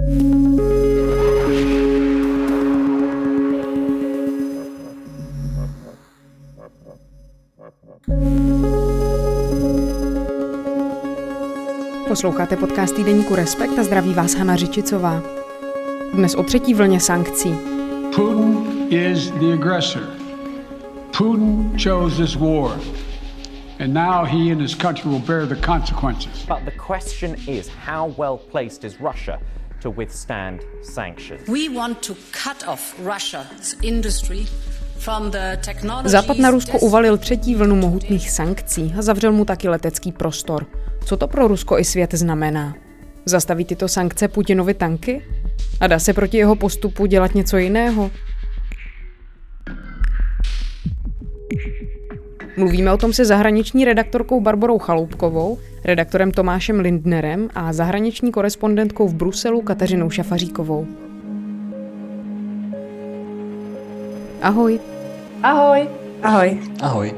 Posloucháte podcast týdeníku Respekt a zdraví vás Hana Řičicová. Dnes o třetí vlně sankcí. Putin is the aggressor. Putin chose this war. And now he and his country will bear the consequences. But the question is, how well placed is Russia to withstand sanctions? We want to cut off Russia's industry from the technologies. Západ na Rusko uvalil třetí vlnu mohutných sankcí a zavřel mu taky letecký prostor. Co to pro Rusko i svět znamená? Zastaví tyto sankce Putinovi tanky? A dá se proti jeho postupu dělat něco jiného? Mluvíme o tom se zahraniční redaktorkou Barborou Chaloupkovou, redaktorem Tomášem Lindnerem a zahraniční korespondentkou v Bruselu Kateřinou Šafaříkovou. Ahoj. Ahoj. Ahoj. Ahoj.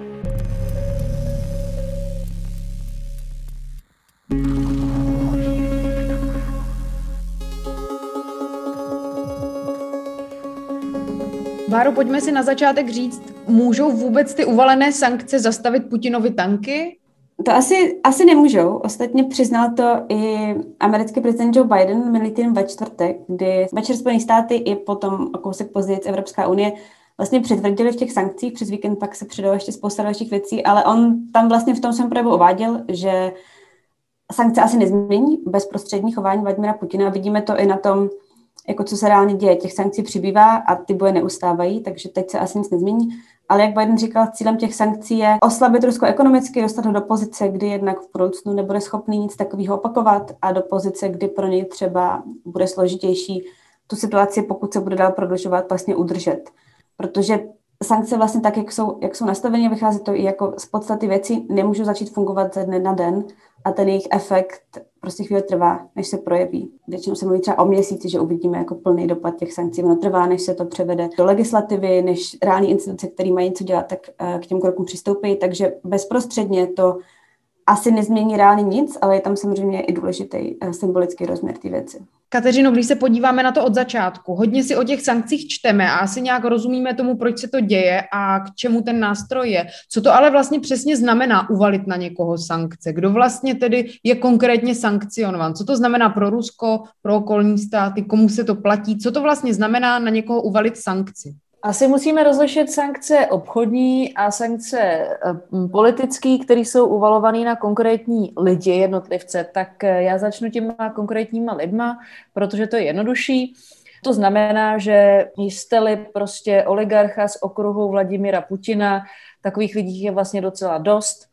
Báro, pojďme si na začátek říct, můžou vůbec ty uvalené sankce zastavit Putinovi tanky? To asi nemůžou. Ostatně přiznal to i americký prezident Joe Biden minulý týden ve čtvrtek, kdy večer Spojené státy i potom o kousek později Evropská unie vlastně přitvrdili v těch sankcích. Přes víkend pak se přidalo ještě spousta dalších věcí, ale on tam vlastně v tom svém projevu uváděl, že sankce asi nezmění bezprostřední chování Vladimira Putina. Vidíme to i na tom, jako co se reálně děje. Těch sankcí přibývá a ty boje neustávají, takže teď se asi nic nezmění. Ale jak Biden říkal, cílem těch sankcí je oslabit Rusko ekonomicky, dostat ho do pozice, kdy jednak v budoucnu nebude schopný nic takového opakovat a do pozice, kdy pro něj třeba bude složitější tu situaci, pokud se bude dál prodlužovat, vlastně udržet. Protože sankce vlastně tak, jak jsou nastaveny, vychází to i jako z podstaty věcí, nemůžou začít fungovat ze dne na den a ten jejich efekt prostě chvíli trvá, než se projeví. Většinou se mluví třeba o měsíci, že uvidíme jako plný dopad těch sankcí. Ono trvá, než se to převede do legislativy, než reální instituce, které mají něco dělat, tak k těm krokům přistoupí. Takže bezprostředně to asi nezmění reálně nic, ale je tam samozřejmě i důležitý symbolický rozměr té věci. Kateřino, když se podíváme na to od začátku, hodně si o těch sankcích čteme a asi nějak rozumíme tomu, proč se to děje a k čemu ten nástroj je. Co to ale vlastně přesně znamená uvalit na někoho sankce? Kdo vlastně tedy je konkrétně sankcionován? Co to znamená pro Rusko, pro okolní státy, komu se to platí? Co to vlastně znamená na někoho uvalit sankci? Asi musíme rozlišit sankce obchodní a sankce politické, které jsou uvalované na konkrétní lidi, jednotlivce. Tak já začnu těma konkrétníma lidma, protože to je jednodušší. To znamená, že jste-li prostě oligarcha z okruhu Vladimira Putina, takových lidí je vlastně docela dost,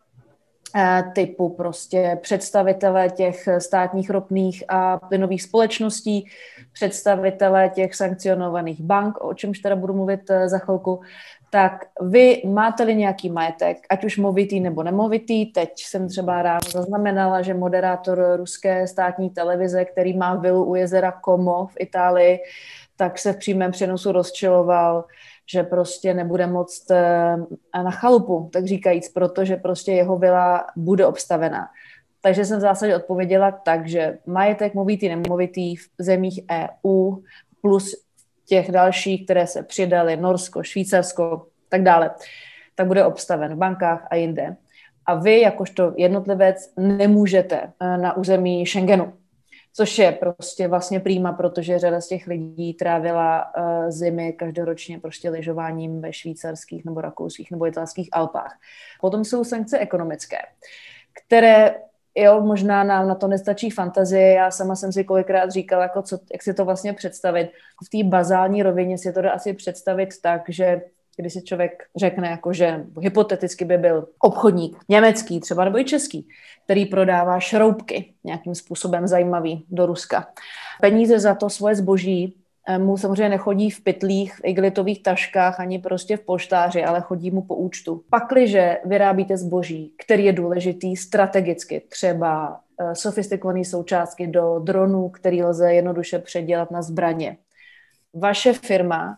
typu prostě představitelé těch státních ropných a plynových společností, představitelé těch sankcionovaných bank, o čemž teda budu mluvit za chvilku, tak vy máte-li nějaký majetek, ať už movitý nebo nemovitý, teď jsem třeba ráno zaznamenala, že moderátor ruské státní televize, který má vilu u jezera Como v Itálii, tak se v přímém přenosu rozčiloval, že prostě nebude moct na chalupu, tak říkajíc, protože prostě jeho vila bude obstavená. Takže jsem v zásadě odpověděla tak, že majetek movitý, nemovitý v zemích EU plus těch dalších, které se přidaly, Norsko, Švýcarsko, tak dále, tak bude obstaven v bankách a jinde. A vy, jakožto jednotlivec, nemůžete na území Schengenu, což je prostě vlastně prima, protože řada z těch lidí trávila zimy každoročně prostě lyžováním ve švýcarských nebo rakouských nebo italských Alpách. Potom jsou sankce ekonomické, které, jo, možná nám na to nestačí fantazie, já sama jsem si kolikrát říkala, jako jak si to vlastně představit. V té bazální rovině si to dá asi představit tak, že když si člověk řekne, jako, že hypoteticky by byl obchodník německý třeba nebo i český, který prodává šroubky nějakým způsobem zajímavý do Ruska. Peníze za to svoje zboží mu samozřejmě nechodí v pytlích, v igelitových taškách ani prostě v poštáři, ale chodí mu po účtu. Pakliže vyrábíte zboží, který je důležitý strategicky, třeba sofistikované součástky do dronů, který lze jednoduše předělat na zbraně. Vaše firma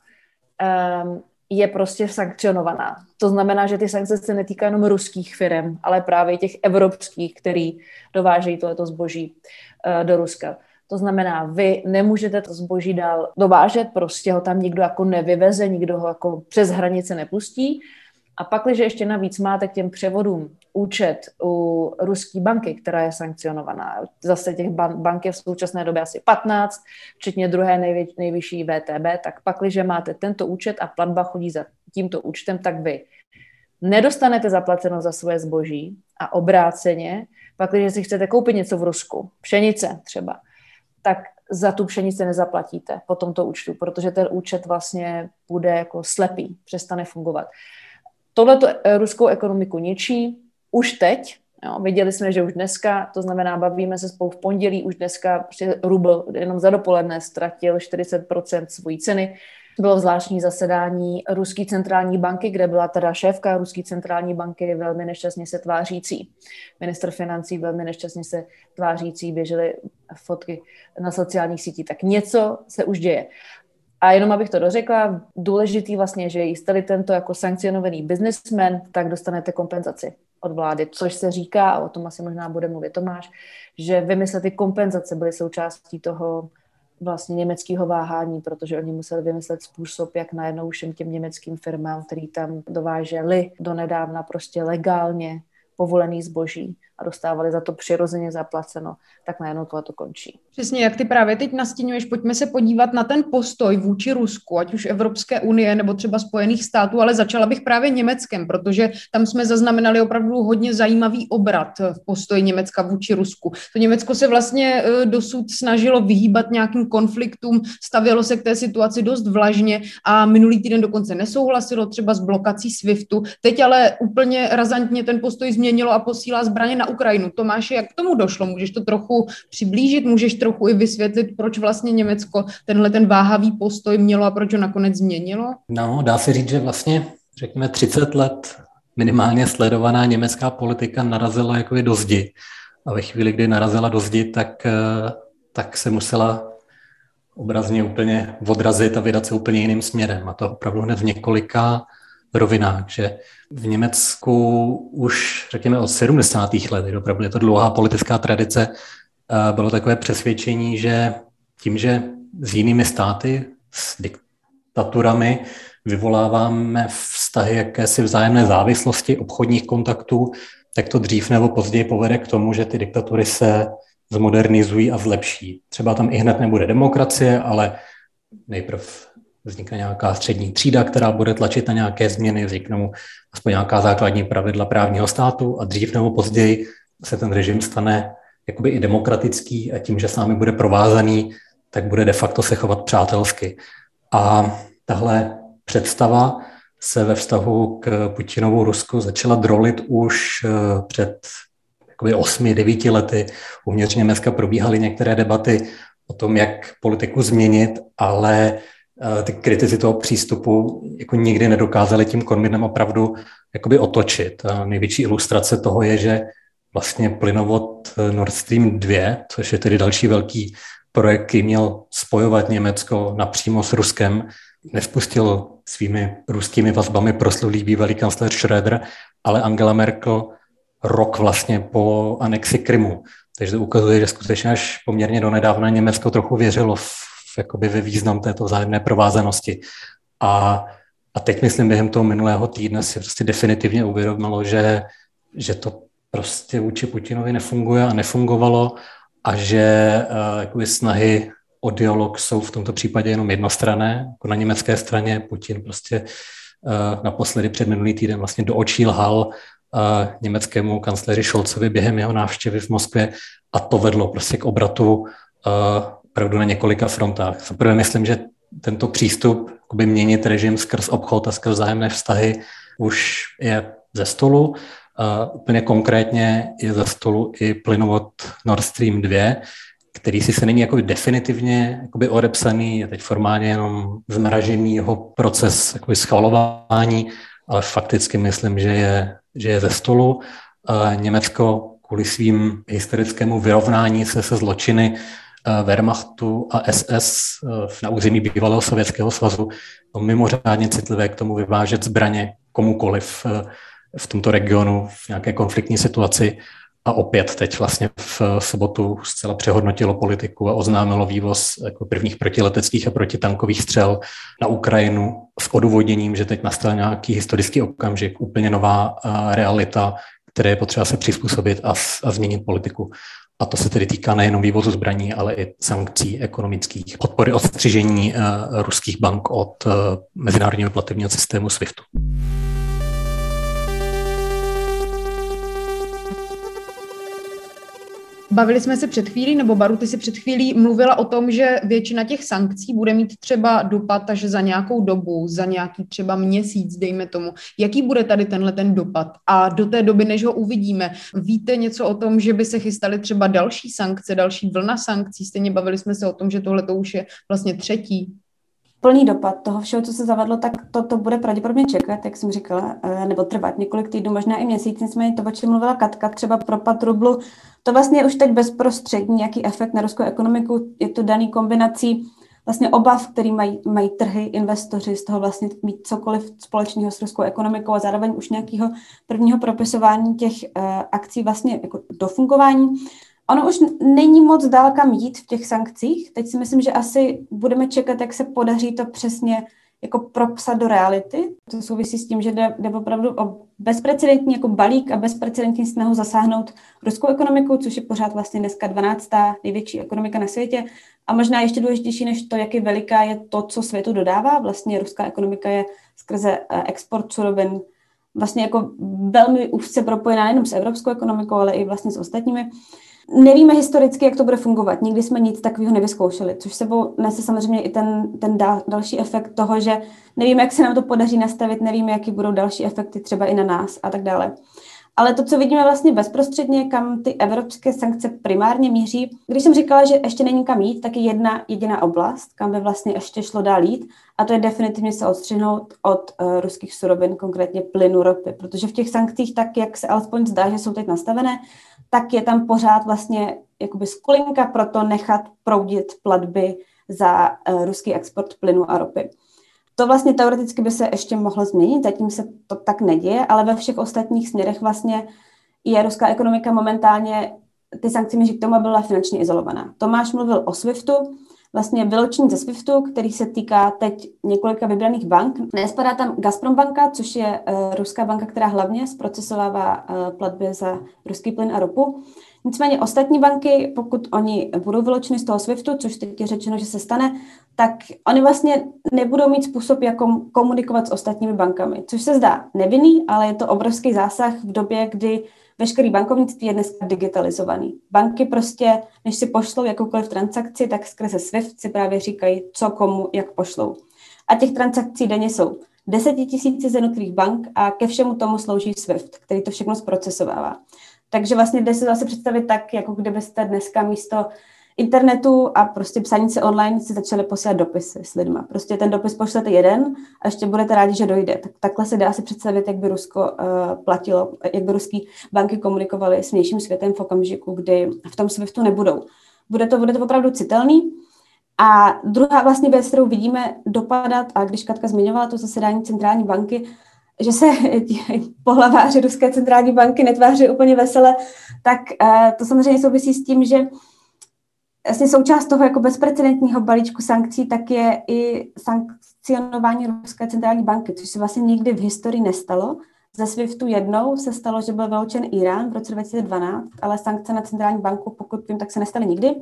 je prostě sankcionovaná. To znamená, že ty sankce se netýká jenom ruských firem, ale právě těch evropských, který dovážejí tohleto zboží do Ruska. To znamená, vy nemůžete to zboží dál dovážet, prostě ho tam nikdo jako nevyveze, nikdo ho jako přes hranice nepustí. A pak, když ještě navíc máte k těm převodům účet u ruské banky, která je sankcionovaná, zase těch bank je v současné době asi 15, včetně druhé nejvyšší VTB, tak pak, když máte tento účet a platba chodí za tímto účtem, tak vy nedostanete zaplaceno za svoje zboží a obráceně, pak, když si chcete koupit něco v Rusku, pšenice třeba, tak za tu pšenici nezaplatíte po tomto účtu, protože ten účet vlastně bude jako slepý, přestane fungovat. Tohleto ruskou ekonomiku ničí už teď. Jo, viděli jsme, že už dneska, to znamená, bavíme se spolu v pondělí, už dneska rubl jenom za dopoledne ztratil 40% svojí ceny. Bylo zvláštní zasedání Ruské centrální banky, kde byla teda šéfka Ruské centrální banky velmi nešťastně se tvářící. Ministr financí velmi nešťastně se tvářící, běžely fotky na sociálních sítích. Tak něco se už děje. A jenom abych to dořekla, důležitý vlastně, že jste-li tento jako sankcionovaný businessman, tak dostanete kompenzaci od vlády, což se říká, a o tom asi možná bude mluvit Tomáš, že vymyslet kompenzace byly součástí toho vlastně německého váhání, protože oni museli vymyslet způsob, jak najednou všem těm německým firmám, který tam dováželi donedávna prostě legálně povolený zboží a dostávali za to přirozeně zaplaceno, tak najednou to končí. Přesně, jak ty právě teď nastíňuješ, pojďme se podívat na ten postoj vůči Rusku, ať už Evropské unie nebo třeba Spojených států, ale začala bych právě Německem, protože tam jsme zaznamenali opravdu hodně zajímavý obrat v postoji Německa vůči Rusku. To Německo se vlastně dosud snažilo vyhýbat nějakým konfliktům, stavělo se k té situaci dost vlažně a minulý týden dokonce nesouhlasilo třeba s blokací SWIFTu. Teď ale úplně razantně ten postoj změnilo a posílá zbraně na Ukrajinu. Tomáši, jak k tomu došlo? Můžeš to trochu přiblížit? Můžeš trochu i vysvětlit, proč vlastně Německo tenhle ten váhavý postoj mělo a proč ho nakonec změnilo? No, dá se říct, že vlastně, řekněme, 30 let minimálně sledovaná německá politika narazila jakoby do zdi. A ve chvíli, kdy narazila do zdi, tak se musela obrazně úplně odrazit a vydat se úplně jiným směrem. A to opravdu hned v několika rovinách, že v Německu už, řekněme, od 70. let, opravdu je to dlouhá politická tradice, bylo takové přesvědčení, že tím, že s jinými státy, s diktaturami vyvoláváme vztahy jakési vzájemné závislosti, obchodních kontaktů, tak to dřív nebo později povede k tomu, že ty diktatury se zmodernizují a zlepší. Třeba tam i hned nebude demokracie, ale nejprve vznikne nějaká střední třída, která bude tlačit na nějaké změny, vzniknou aspoň nějaká základní pravidla právního státu a dřív nebo později se ten režim stane jakoby i demokratický a tím, že s námi bude provázaný, tak bude de facto se chovat přátelsky. A tahle představa se ve vztahu k Putinovu Rusku začala drolit už před 8-9 lety. Uvnitř Německa probíhaly některé debaty o tom, jak politiku změnit, ale ty kritici toho přístupu jako nikdy nedokázali tím konvidem opravdu jakoby otočit. A největší ilustrace toho je, že vlastně plynovod Nord Stream 2, což je tedy další velký projekt, který měl spojovat Německo napřímo s Ruskem, nevpustil svými ruskými vazbami proslulý bývalý kancléř Schröder, ale Angela Merkel rok vlastně po anexi Krymu. Takže to ukazuje, že skutečně až poměrně donedávna Německo trochu věřilo jakoby ve význam této vzájemné provázanosti. A teď, myslím, během toho minulého týdne si prostě definitivně uvědomilo, že to prostě vůči Putinovi nefunguje a nefungovalo a že jakoby snahy o dialog jsou v tomto případě jenom jednostranné. Jako na německé straně Putin prostě naposledy před minulý týden vlastně do očí lhal německému kancléři Scholzovi během jeho návštěvy v Moskvě a to vedlo prostě k obratu opravdu na několika frontách. Zaprvé myslím, že tento přístup jakoby měnit režim skrz obchod a skrz vzájemné vztahy už je ze stolu. Úplně konkrétně je ze stolu i plynovod Nord Stream 2, který si se není jakoby definitivně jakoby odepsaný, je teď formálně jenom zmražený jeho proces jakoby schvalování, ale fakticky myslím, že je ze stolu. Německo kvůli svým historickému vyrovnání se zločiny Wehrmachtu a SS na území bývalého Sovětského svazu mimořádně citlivé k tomu vyvážet zbraně komukoliv v tomto regionu v nějaké konfliktní situaci a opět teď vlastně v sobotu zcela přehodnotilo politiku a oznámilo vývoz jako prvních protileteckých a protitankových střel na Ukrajinu s odůvodněním, že teď nastal nějaký historický okamžik, úplně nová realita, které je potřeba se přizpůsobit a změnit politiku. A to se tedy týká nejenom vývozu zbraní, ale i sankcí ekonomických, podpory odstřižení ruských bank od mezinárodního platebního systému SWIFTu. Bavili jsme se před chvílí, nebo Baru, ty si před chvílí mluvila o tom, že většina těch sankcí bude mít třeba dopad až za nějakou dobu, za nějaký třeba měsíc, dejme tomu. Jaký bude tady tenhle ten dopad? A do té doby, než ho uvidíme, víte něco o tom, že by se chystaly třeba další sankce, další vlna sankcí? Stejně bavili jsme se o tom, že tohle to už je vlastně třetí. Plný dopad toho všeho, co se zavedlo, tak to bude pravděpodobně čekat, jak jsem říkala, nebo trvat několik týdnů, možná i měsíc. Nicméně to, o čem mluvila Katka, třeba propad rublu, to vlastně už teď bezprostřední nějaký efekt na ruskou ekonomiku. Je to daný kombinací vlastně obav, který mají trhy, investoři z toho vlastně mít cokoliv společného s ruskou ekonomikou a zároveň už nějakého prvního propisování těch akcí vlastně jako do fungování. Ono už není moc dál kam jít v těch sankcích. Teď si myslím, že asi budeme čekat, jak se podaří to přesně jako propsat do reality. To souvisí s tím, že jde opravdu o bezprecedentní jako balík a bezprecedentní snahu zasáhnout ruskou ekonomiku, což je pořád vlastně dneska 12. největší ekonomika na světě. A možná ještě důležitější než to, jak je veliká, je to, co světu dodává. Vlastně ruská ekonomika je skrze export surovin vlastně jako velmi úzce propojená nejenom s evropskou ekonomikou, ale i vlastně s ostatními. Nevíme historicky, jak to bude fungovat. Nikdy jsme nic takového nevyzkoušeli, což sebou nese samozřejmě i ten další efekt toho, že nevíme, jak se nám to podaří nastavit, nevíme, jaký budou další efekty třeba i na nás a tak dále. Ale to, co vidíme vlastně bezprostředně, kam ty evropské sankce primárně míří, když jsem říkala, že ještě není kam jít, tak je jedna jediná oblast, kam by vlastně ještě šlo dál jít, a to je definitivně se odstřihnout od ruských surovin, konkrétně plynu, ropy, protože v těch sankcích, tak jak se alespoň zdá, že jsou teď nastavené, tak je tam pořád vlastně jakoby skulinka pro to nechat proudit platby za ruský export plynu a ropy. To vlastně teoreticky by se ještě mohlo změnit, zatím se to tak neděje, ale ve všech ostatních směrech vlastně je ruská ekonomika momentálně, ty sankce míří k tomu, aby byla finančně izolovaná. Tomáš mluvil o SWIFTu, vlastně vyloučení ze SWIFTu, který se týká teď několika vybraných bank. Nespadá tam Gazprom banka, což je ruská banka, která hlavně zprocesovává platby za ruský plyn a ropu. Nicméně ostatní banky, pokud oni budou vyloučeny z toho SWIFTu, což teď je řečeno, že se stane, tak oni vlastně nebudou mít způsob, jak komunikovat s ostatními bankami, což se zdá nevinný, ale je to obrovský zásah v době, kdy veškerý bankovnictví je dneska digitalizovaný. Banky prostě, než si pošlou jakoukoliv transakci, tak skrze SWIFT si právě říkají, co komu, jak pošlou. A těch transakcí denně jsou 10 000 z jednotlivých bank a ke všemu tomu slouží SWIFT, který to všechno zprocesovává. Takže vlastně jde se zase představit tak, jako kdybyste dneska místo internetu a prostě psání se online si začali posílat dopisy s lidma. Prostě ten dopis pošlete jeden a ještě budete rádi, že dojde. Takhle se dá si představit, jak by Rusko platilo, jak by ruský banky komunikovaly s vnějším světem v okamžiku, kdy v tom SWIFTu nebudou. Bude to opravdu citelný. A druhá vlastně věc, kterou vidíme dopadat, a když Katka zmiňovala to zasedání centrální banky, že se pohlaváři ruské centrální banky netváří úplně vesele, tak to samozřejmě souvisí s tím, že vlastně součást toho jako bezprecedentního balíčku sankcí tak je i sankcionování ruské centrální banky, což se vlastně nikdy v historii nestalo. Ze SWIFTu jednou se stalo, že byl vyloučen Irán v roce 2012, ale sankce na centrální banku, pokud vím, tak se nestaly nikdy.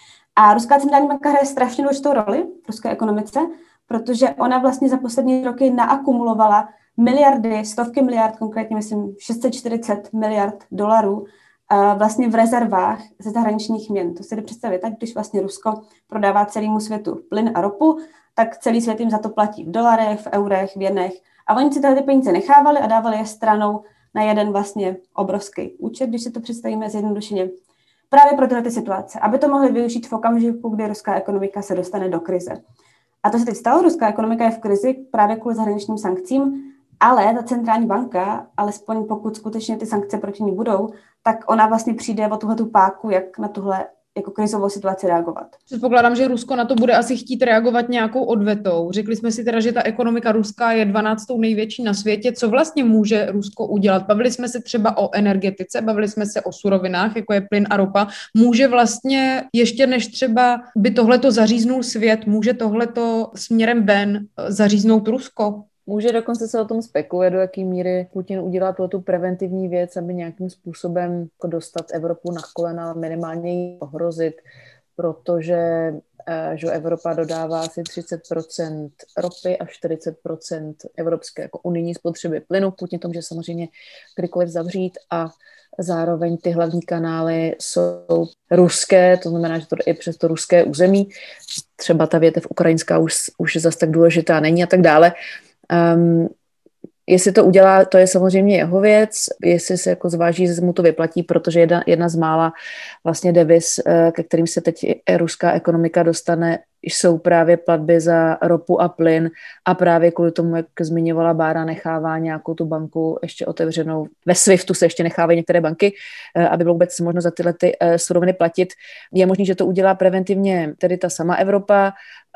A ruská centrální banka hraje strašně důležitou roli v ruské ekonomice, protože ona vlastně za poslední roky naakumulovala miliardy, stovky miliard, konkrétně myslím 640 miliard dolarů vlastně v rezervách ze zahraničních měn. To si jde představit tak, když vlastně Rusko prodává celému světu plyn a ropu, tak celý svět jim za to platí v dolarech, v eurech, v jenech. A oni si tyhle peníze nechávali a dávali je stranou na jeden vlastně obrovský účet, když si to představíme zjednodušeně. Právě pro tyhle situace, aby to mohli využít v okamžiku, kdy ruská ekonomika se dostane do krize. A to se teď stalo, ruská ekonomika je v krizi právě kvůli zahraničním sankcím, ale ta centrální banka, alespoň pokud skutečně ty sankce proti ní budou, tak ona vlastně přijde o tuhletu páku, jak na tuhle jako krizovou situaci reagovat. Předpokládám, že Rusko na to bude asi chtít reagovat nějakou odvetou. Řekli jsme si teda, že ta ekonomika ruská je 12. největší na světě. Co vlastně může Rusko udělat? Bavili jsme se třeba o energetice, bavili jsme se o surovinách, jako je plyn a ropa. Může vlastně ještě než třeba by tohleto zaříznul svět, může tohleto směrem ven zaříznout Rusko? Může, dokonce se o tom spekuluje, do jaký míry Putin udělá tu preventivní věc, aby nějakým způsobem jako dostat Evropu na kolena, minimálně ji ohrozit, protože že Evropa dodává asi 30% ropy a 40% evropské jako unijní spotřeby plynu. Putin to může samozřejmě kdykoliv zavřít a zároveň ty hlavní kanály jsou ruské, to znamená, že to i přes to ruské území. Třeba ta větev ukrajinská už zase tak důležitá není a tak dále. Jestli to udělá, to je samozřejmě jeho věc, jestli se jako zváží, že mu to vyplatí, protože jedna z mála vlastně deviz, ke kterým se teď ruská ekonomika dostane, jsou právě platby za ropu a plyn a právě kvůli tomu, jak zmiňovala Bára, nechává nějakou tu banku ještě otevřenou. Ve SWIFTu se ještě nechávají některé banky, aby bylo vůbec možno za tyhle suroviny platit. Je možné, že to udělá preventivně tedy ta sama Evropa.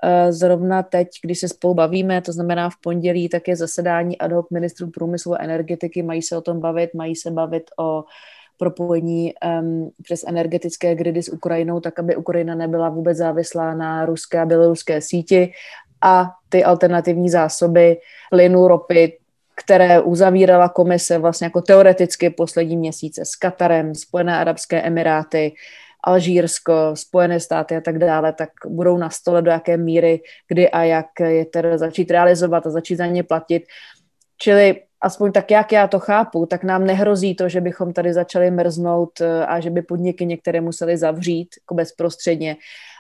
Zrovna teď, když se spolu bavíme, to znamená v pondělí, tak je zasedání ad hoc ministrů průmyslu a energetiky, mají se o tom bavit, mají se bavit o propojení přes energetické gridy s Ukrajinou, tak aby Ukrajina nebyla vůbec závislá na ruské a běloruské síti a ty alternativní zásoby plynu, ropy, které uzavírala komise vlastně jako teoreticky poslední měsíce s Katarem, Spojené arabské emiráty, Alžírsko, Spojené státy a tak dále, tak budou na stole, do jaké míry, kdy a jak je teda začít realizovat a začít za ně platit. Čili aspoň tak, jak já to chápu, tak nám nehrozí to, že bychom tady začali mrznout a že by podniky některé museli zavřít jako bezprostředně,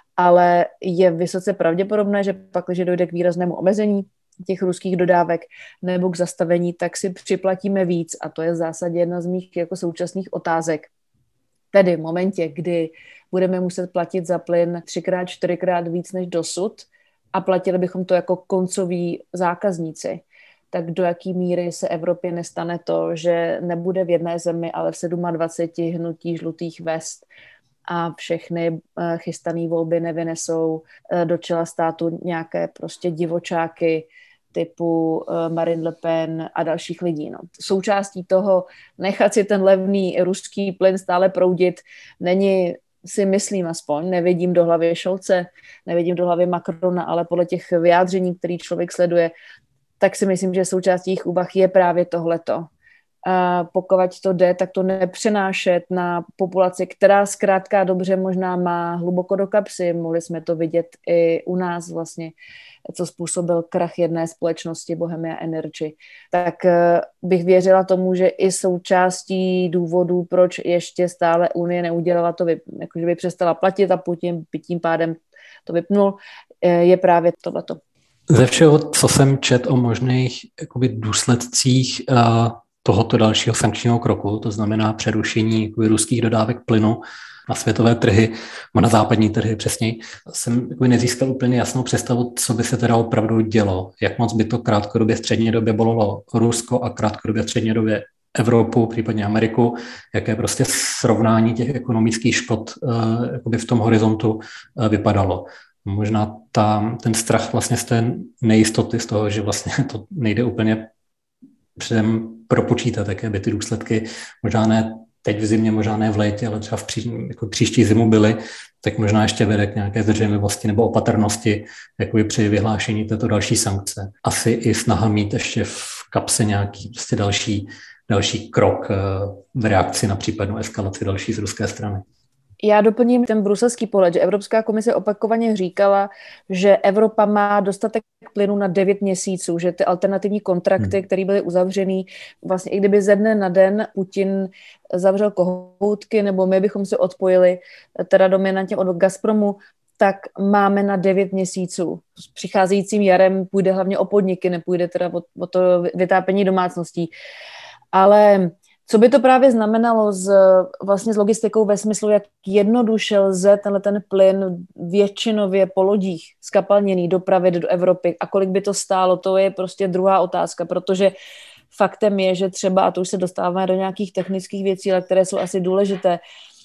ale je vysoce pravděpodobné, že pak, když dojde k výraznému omezení těch ruských dodávek nebo k zastavení, tak si připlatíme víc a to je v zásadě jedna z mých jako současných otázek. Tedy v momentě, kdy budeme muset platit za plyn 3x, 4x víc než dosud a platili bychom to jako koncoví zákazníci, tak do jaký míry se Evropě nestane to, že nebude v jedné zemi, ale v 27 hnutí žlutých vest a všechny chystané volby nevynesou do čela státu nějaké prostě divočáky typu Marine Le Pen a dalších lidí. No. Součástí toho nechat si ten levný ruský plyn stále proudit není, si myslím aspoň, nevidím do hlavy Scholze, nevidím do hlavy Macrona, ale podle těch vyjádření, který člověk sleduje, tak si myslím, že součástí jejich úvah je právě tohleto. Pokud to jde, tak to nepřenášet na populaci, která zkrátka dobře možná má hluboko do kapsy. Mohli jsme to vidět i u nás vlastně, co způsobil krach jedné společnosti Bohemia Energy. Tak bych věřila tomu, že i součástí důvodů, proč ještě stále Unie neudělala to, jakože by přestala platit a Putin tím pádem to vypnul, je právě tohleto. Ze všeho, co jsem četl o možných jakoby, důsledcích tohoto dalšího sankčního kroku, to znamená přerušení jakoby, ruských dodávek plynu na světové trhy, na západní trhy přesněji, jsem jakoby, nezískal úplně jasnou představu, co by se teda opravdu dělo, jak moc by to krátkodobě, střednědobě bolelo Rusko a krátkodobě, střednědobě Evropu, případně Ameriku, jaké prostě srovnání těch ekonomických škod jakoby v tom horizontu vypadalo. Možná ten strach vlastně z té nejistoty, z toho, že vlastně to nejde úplně předem propočítat, jaké by ty důsledky, možná ne teď v zimě, možná ne v létě, ale třeba jako příští zimu byly, tak možná ještě vede k nějaké zdrženlivosti nebo opatrnosti jakoby při vyhlášení této další sankce. Asi i snaha mít ještě v kapse nějaký prostě další krok v reakci na případnou eskalaci další z ruské strany. Já doplním ten bruselský pohled, že Evropská komise opakovaně říkala, že Evropa má dostatek plynu na 9 měsíců, že ty alternativní kontrakty, které byly uzavřený, vlastně i kdyby ze dne na den Putin zavřel kohoutky, nebo my bychom se odpojili teda dominantně od Gazpromu, tak máme na 9 měsíců. S přicházejícím jarem půjde hlavně o podniky, nepůjde teda o to vytápění domácností. Ale co by to právě znamenalo vlastně s logistikou ve smyslu, jak jednoduše lze ten plyn většinově po lodích skapalněný dopravit do Evropy a kolik by to stálo, to je prostě druhá otázka, protože faktem je, že třeba, a to už se dostáváme do nějakých technických věcí, ale které jsou asi důležité,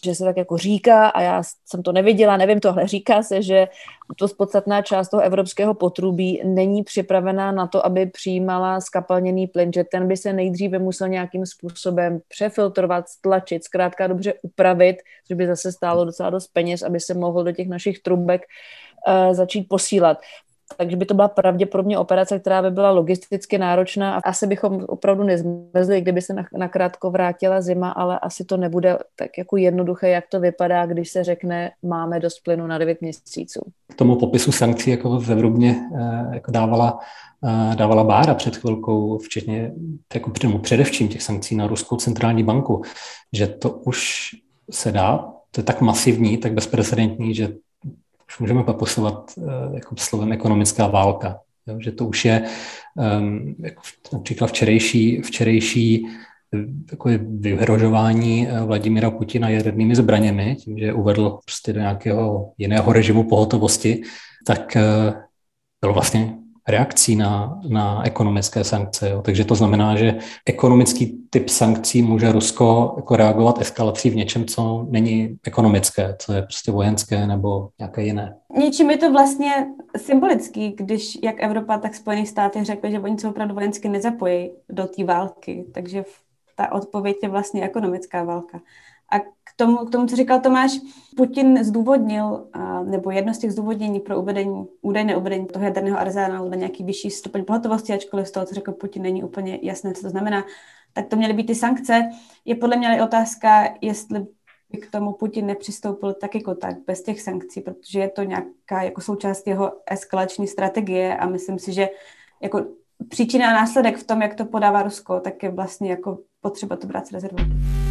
že se tak jako říká, a já jsem to neviděla, nevím to, ale říká se, že to podstatná část toho evropského potrubí není připravená na to, aby přijímala skapalněný plyn, že ten by se nejdříve musel nějakým způsobem přefiltrovat, stlačit, zkrátka dobře upravit, což by zase stálo docela dost peněz, aby se mohl do těch našich trubek začít posílat. Takže by to byla pravděpodobně operace, která by byla logisticky náročná a asi bychom opravdu nezmrzli, kdyby se nakrátko vrátila zima, ale asi to nebude tak jako jednoduché, jak to vypadá, když se řekne, máme dost plynu na 9 měsíců. K tomu popisu sankcí jako zevrubně jako dávala Bára před chvilkou, včetně jako především těch sankcí na Ruskou centrální banku, že to už se dá, to je tak masivní, tak bezprecedentní, že už můžeme popisovat jako slovem ekonomická válka. Jo? Že to už je jako například včerejší jako vyhrožování Vladimira Putina jadernými zbraněmi, tím, že uvedl prostě do nějakého jiného režimu pohotovosti, tak bylo vlastně reakcí na ekonomické sankce. Jo. Takže to znamená, že ekonomický typ sankcí může Rusko jako reagovat eskalací v něčem, co není ekonomické, co je prostě vojenské nebo nějaké jiné. Něčím je to vlastně symbolický, když jak Evropa, tak Spojené státy řekly, že oni se opravdu vojensky nezapojí do té války, takže ta odpověď je vlastně ekonomická válka. A k tomu, co říkal Tomáš, Putin zdůvodnil, nebo jedno z těch zdůvodnění pro údajné uvedení toho jaderného arzenálu na nějaký vyšší stupeň pohotovosti, ačkoliv z toho, co řekl Putin, není úplně jasné, co to znamená, tak to měly být ty sankce. Je podle mě otázka, jestli by k tomu Putin nepřistoupil tak jako tak, bez těch sankcí, protože je to nějaká jako součást jeho eskalační strategie a myslím si, že jako příčina a následek v tom, jak to podává Rusko, tak je vlastně jako potřeba to brát s rezervou.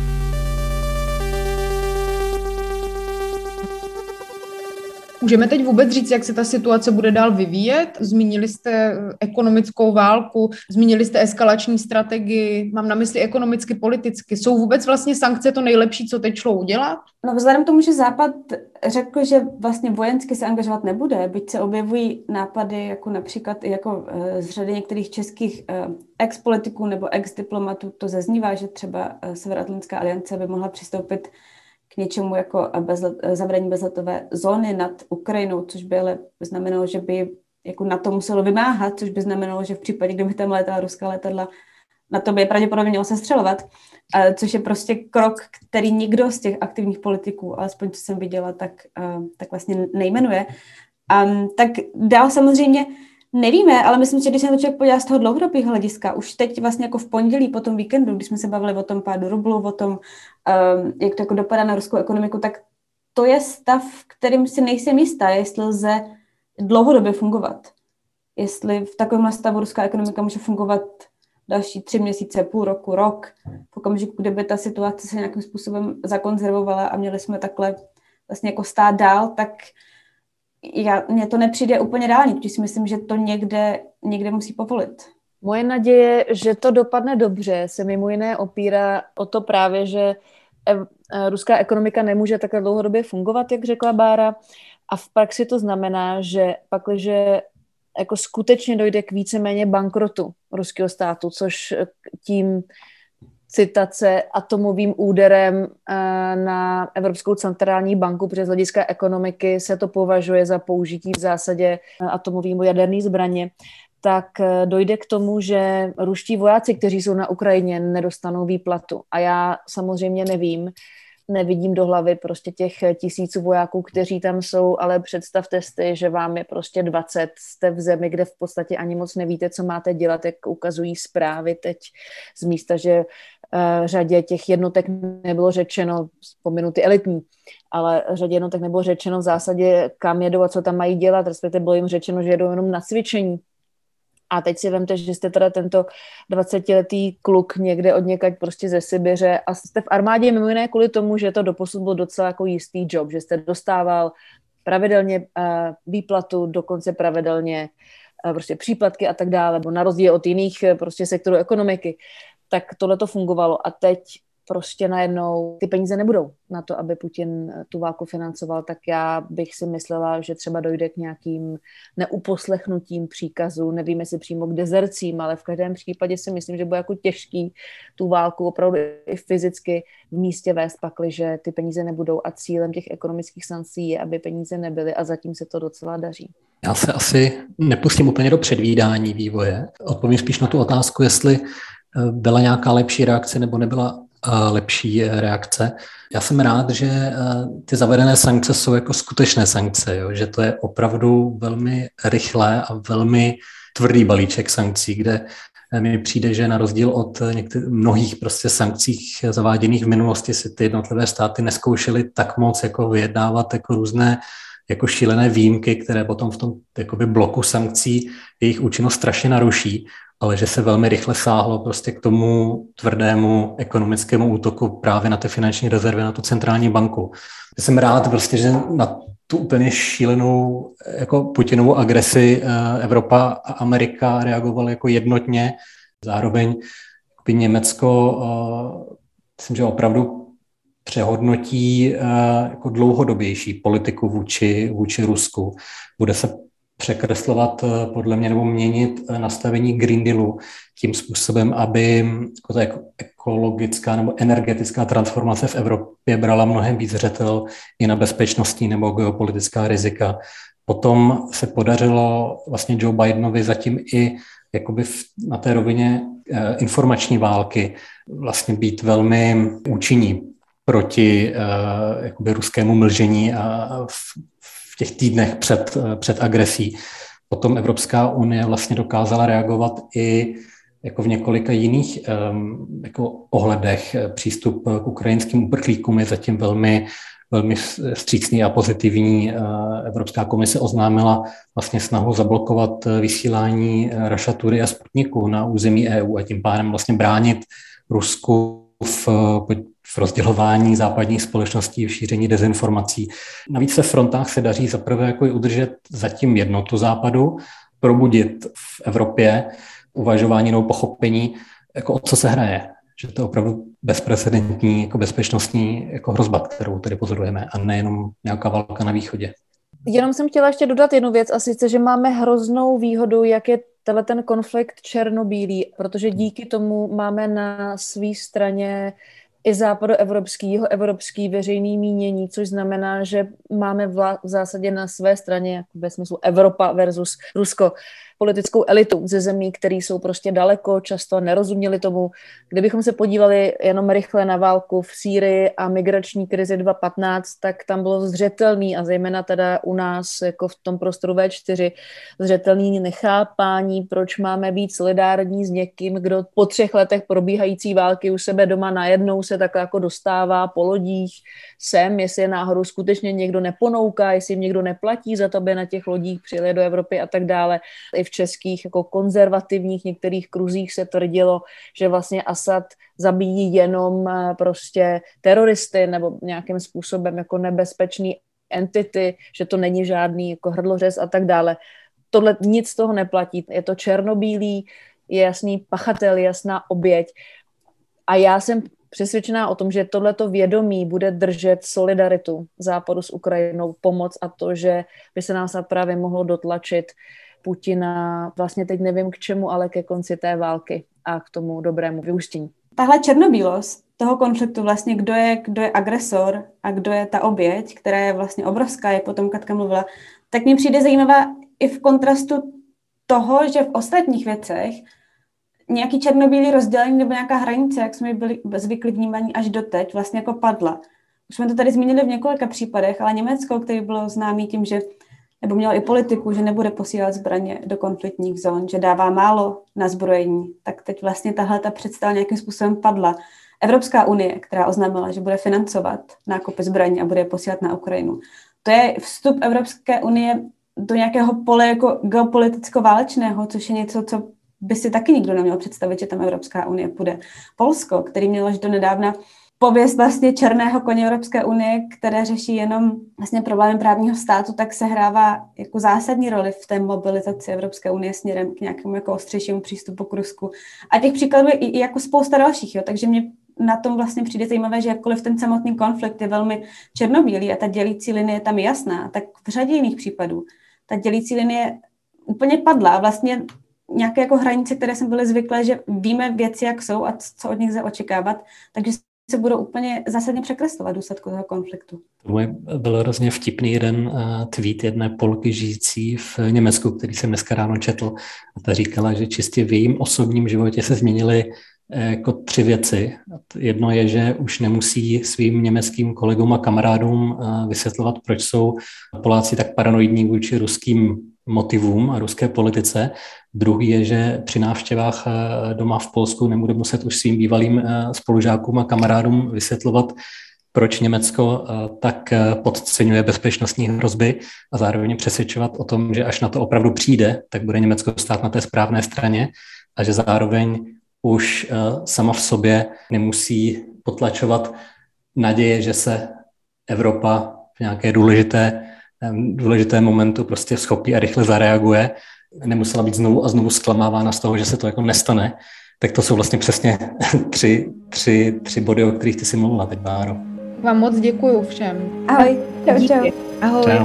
Můžeme teď vůbec říct, jak se ta situace bude dál vyvíjet? Zmínili jste ekonomickou válku, zmínili jste eskalační strategii, mám na mysli ekonomicky, politicky. Jsou vůbec vlastně sankce to nejlepší, co teď šlo udělat? No vzhledem k tomu, že Západ řekl, že vlastně vojensky se angažovat nebude, byť se objevují nápady, jako například i jako z řady některých českých ex-politiků nebo ex-diplomatů, to zaznívá, že třeba Severoatlantická aliance by mohla přistoupit k něčemu jako zavření bezletové zóny nad Ukrajinou, což by ale znamenalo, že by jako na to muselo vymáhat, což by znamenalo, že v případě, kdyby tam létala ruská letadla, na to by je pravděpodobně mělo sestřelovat, což je prostě krok, který nikdo z těch aktivních politiků, alespoň co jsem viděla, tak vlastně nejmenuje. Tak dál samozřejmě nevíme, ale myslím si, že když se na to člověk podívá z toho dlouhodobého hlediska, už teď vlastně jako v pondělí po tom víkendu, když jsme se bavili o tom pádu rublu, o tom, jak to jako dopadá na ruskou ekonomiku, tak to je stav, kterým si nejsem jistá, jestli lze dlouhodobě fungovat. Jestli v takovém stavu ruská ekonomika může fungovat další 3 měsíce, půl roku, rok, v okamžiku, kdyby ta situace se nějakým způsobem zakonzervovala a měli jsme takhle vlastně jako stát dál, tak mně to nepřijde úplně reálný, protože si myslím, že to někde musí povolit. Moje naděje, že to dopadne dobře, se mimo jiné opírá o to právě, že ruská ekonomika nemůže takhle dlouhodobě fungovat, jak řekla Bára, a v praxi to znamená, že pakliže jako skutečně dojde k víceméně bankrotu ruského státu, což tím citace atomovým úderem na Evropskou centrální banku, protože z hlediska ekonomiky se to považuje za použití v zásadě atomovými jaderné zbraně, tak dojde k tomu, že ruští vojáci, kteří jsou na Ukrajině, nedostanou výplatu. A já samozřejmě nevidím do hlavy prostě těch 1000 vojáků, kteří tam jsou, ale představte si, že vám je prostě 20, jste v zemi, kde v podstatě ani moc nevíte, co máte dělat, jak ukazují zprávy teď z místa, že řadě těch jednotek nebylo řečeno, vzpominu ty elitní, ale řadě jednotek nebylo řečeno v zásadě, kam jedou a co tam mají dělat, respektive bylo jim řečeno, že jedou jenom na cvičení. A teď si vemte, že jste teda tento 20letý kluk někde odněkať prostě ze Sibiře a jste v armádě mimo jiné kvůli tomu, že to doposud byl docela jako jistý job, že jste dostával pravidelně výplatu, dokonce pravidelně prostě příplatky a tak dále, nebo na rozdíl od jiných prostě sektorů ekonomiky, tak tohle to fungovalo. A teď prostě najednou ty peníze nebudou na to, aby Putin tu válku financoval, tak já bych si myslela, že třeba dojde k nějakým neuposlechnutím příkazů, nevím, jestli přímo k dezercím, ale v každém případě si myslím, že bude jako těžký tu válku opravdu i fyzicky v místě vést, pakliže ty peníze nebudou a cílem těch ekonomických sankcí je, aby peníze nebyly a zatím se to docela daří. Já se asi nepustím úplně do předvídání vývoje. Odpovím spíš na tu otázku, jestli byla nějaká lepší reakce nebo nebyla lepší reakce. Já jsem rád, že ty zavedené sankce jsou jako skutečné sankce, jo? Že to je opravdu velmi rychlé a velmi tvrdý balíček sankcí, kde mi přijde, že na rozdíl od mnohých prostě sankcích zaváděných v minulosti si ty jednotlivé státy nezkoušely tak moc jako vyjednávat jako různé jako šílené výjimky, které potom v tom jakoby bloku sankcí jejich účinnost strašně naruší, ale že se velmi rychle sáhlo prostě k tomu tvrdému ekonomickému útoku právě na ty finanční rezervy, na tu centrální banku. Já jsem rád prostě, že na tu úplně šílenou jako Putinovu agresi Evropa a Amerika reagovaly jako jednotně. Zároveň Německo, myslím, že opravdu přehodnotí jako dlouhodobější politiku vůči Rusku. Bude se překreslovat podle mě nebo měnit nastavení Green Dealu tím způsobem, aby jako ekologická nebo energetická transformace v Evropě brala mnohem víc zřetel i na bezpečnostní nebo geopolitická rizika. Potom se podařilo vlastně Joe Bidenovi zatím i jakoby na té rovině informační války vlastně být velmi účinní proti jakoby ruskému mlžení a v těch týdnech před agresí. Potom Evropská unie vlastně dokázala reagovat i jako v několika jiných jako ohledech. Přístup k ukrajinským uprchlíkům je zatím velmi vstřícný a pozitivní. Evropská komise oznámila vlastně snahu zablokovat vysílání Russia Today a Sputniku na území EU a tím pádem vlastně bránit Rusku v rozdělování západních společností, v šíření dezinformací. Na více frontách se daří zaprvé jako i udržet zatím jednotu západu, probudit v Evropě uvažování nebo pochopení, jako o co se hraje. Že to je opravdu bezprecedentní jako bezpečnostní jako hrozba, kterou tady pozorujeme, a nejenom nějaká válka na východě. Jenom jsem chtěla ještě dodat jednu věc, a sice, že máme hroznou výhodu, jak je ten konflikt černobílý, protože díky tomu máme na své straně i západoevropský, jihoevropský veřejný mínění, což znamená, že máme v zásadě na své straně, jako ve smyslu Evropa versus Rusko, politickou elitu ze zemí, které jsou prostě daleko, často nerozuměli tomu. Kdybychom se podívali jenom rychle na válku v Sýrii a migrační krizi 2015, tak tam bylo zřetelný, a zejména teda u nás jako v tom prostoru V4, zřetelný nechápání, proč máme být solidární s někým, kdo po 3 letech probíhající války u sebe doma najednou se takhle jako dostává po lodích sem, jestli je náhodou skutečně někdo neponouká, jestli jim někdo neplatí za to, aby na těch lodích přijeli do Evropy a tak dále. I v českých jako konzervativních některých kruzích se tvrdilo, že vlastně Asad zabíjí jenom prostě teroristy nebo nějakým způsobem jako nebezpečný entity, že to není žádný jako hrdlořez a tak dále. Tohle nic z toho neplatí. Je to černobílý, je jasný pachatel, jasná oběť. A já jsem přesvědčená o tom, že tohleto vědomí bude držet solidaritu Západu s Ukrajinou, pomoc a to, že by se nás právě mohlo dotlačit Putina, vlastně teď nevím k čemu, ale ke konci té války a k tomu dobrému vyústění. Tahle černobílost toho konfliktu, vlastně kdo je agresor a kdo je ta oběť, která je vlastně obrovská, jak potom Katka mluvila, tak mi přijde zajímavá i v kontrastu toho, že v ostatních věcech nějaký černobílý rozdělení nebo nějaká hranice, jak jsme byli zvykli vnímaní až doteď, vlastně jako padla. Už jsme to tady zmínili v několika případech, ale Německo, které bylo známý tím, že nebo mělo i politiku, že nebude posílat zbraně do konfliktních zón, že dává málo na zbrojení, tak teď vlastně tahle ta představa nějakým způsobem padla. Evropská unie, která oznámila, že bude financovat nákupy zbraní a bude je posílat na Ukrajinu. To je vstup Evropské unie do nějakého pole jako geopoliticko-válečného, což je něco, co by si taky nikdo neměl představit, že tam Evropská unie půjde. Polsko, který mělo až do nedávna pověst vlastně černého koně Evropské unie, které řeší jenom vlastně problémy právního státu, tak se hrává jako zásadní roli v té mobilizaci Evropské unie směrem k nějakému jako ostřejšímu přístupu k Rusku. A těch příkladů je i jako spousta dalších, jo. Takže mě na tom vlastně přijde zajímavé, že jakkoliv ten samotný konflikt je velmi černobílý a ta dělící linie tam je jasná, tak v řadě jiných případů ta dělící linie úplně padla a vlastně nějaké jako hranice, které jsme byli zvyklé, že víme věci, jak jsou a co od nich lze očekávat, takže se budou úplně zásadně překreslovat v důsledku toho konfliktu. To byl hrozně vtipný jeden tweet jedné Polky žijící v Německu, který jsem dneska ráno četl. A ta říkala, že čistě v jejím osobním životě se změnily jako 3 věci. Jedno je, že už nemusí svým německým kolegům a kamarádům vysvětlovat, proč jsou Poláci tak paranoidní vůči ruským motivům a ruské politice. Druhý je, že při návštěvách doma v Polsku nebude muset už svým bývalým spolužákům a kamarádům vysvětlovat, proč Německo tak podceňuje bezpečnostní hrozby a zároveň přesvědčovat o tom, že až na to opravdu přijde, tak bude Německo stát na té správné straně a že zároveň už sama v sobě nemusí potlačovat naděje, že se Evropa v nějaké důležité momentu prostě schopí a rychle zareaguje. Nemusela být znovu a znovu zklamávána z toho, že se to jako nestane. Tak to jsou vlastně přesně tři body, o kterých ty jsi mluvila teď, Báro. Vám moc děkuju všem. Ahoj. Čau. Ahoj. Čau.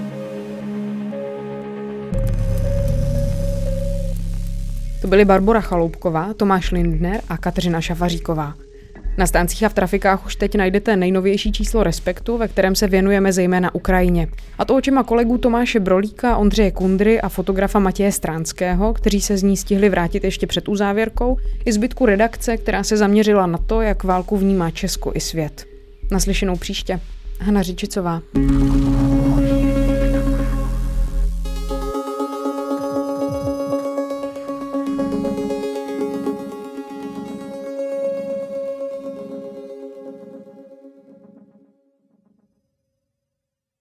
To byly Barbora Chaloupková, Tomáš Lindner a Kateřina Šafaříková. Na stáncích a v trafikách už teď najdete nejnovější číslo Respektu, ve kterém se věnujeme zejména Ukrajině. A to očima kolegů Tomáše Brolíka, Ondřeje Kundry a fotografa Matěje Stránského, kteří se z ní stihli vrátit ještě před uzávěrkou, i zbytku redakce, která se zaměřila na to, jak válku vnímá Česko i svět. Naslyšenou příště. Hana Říčicová.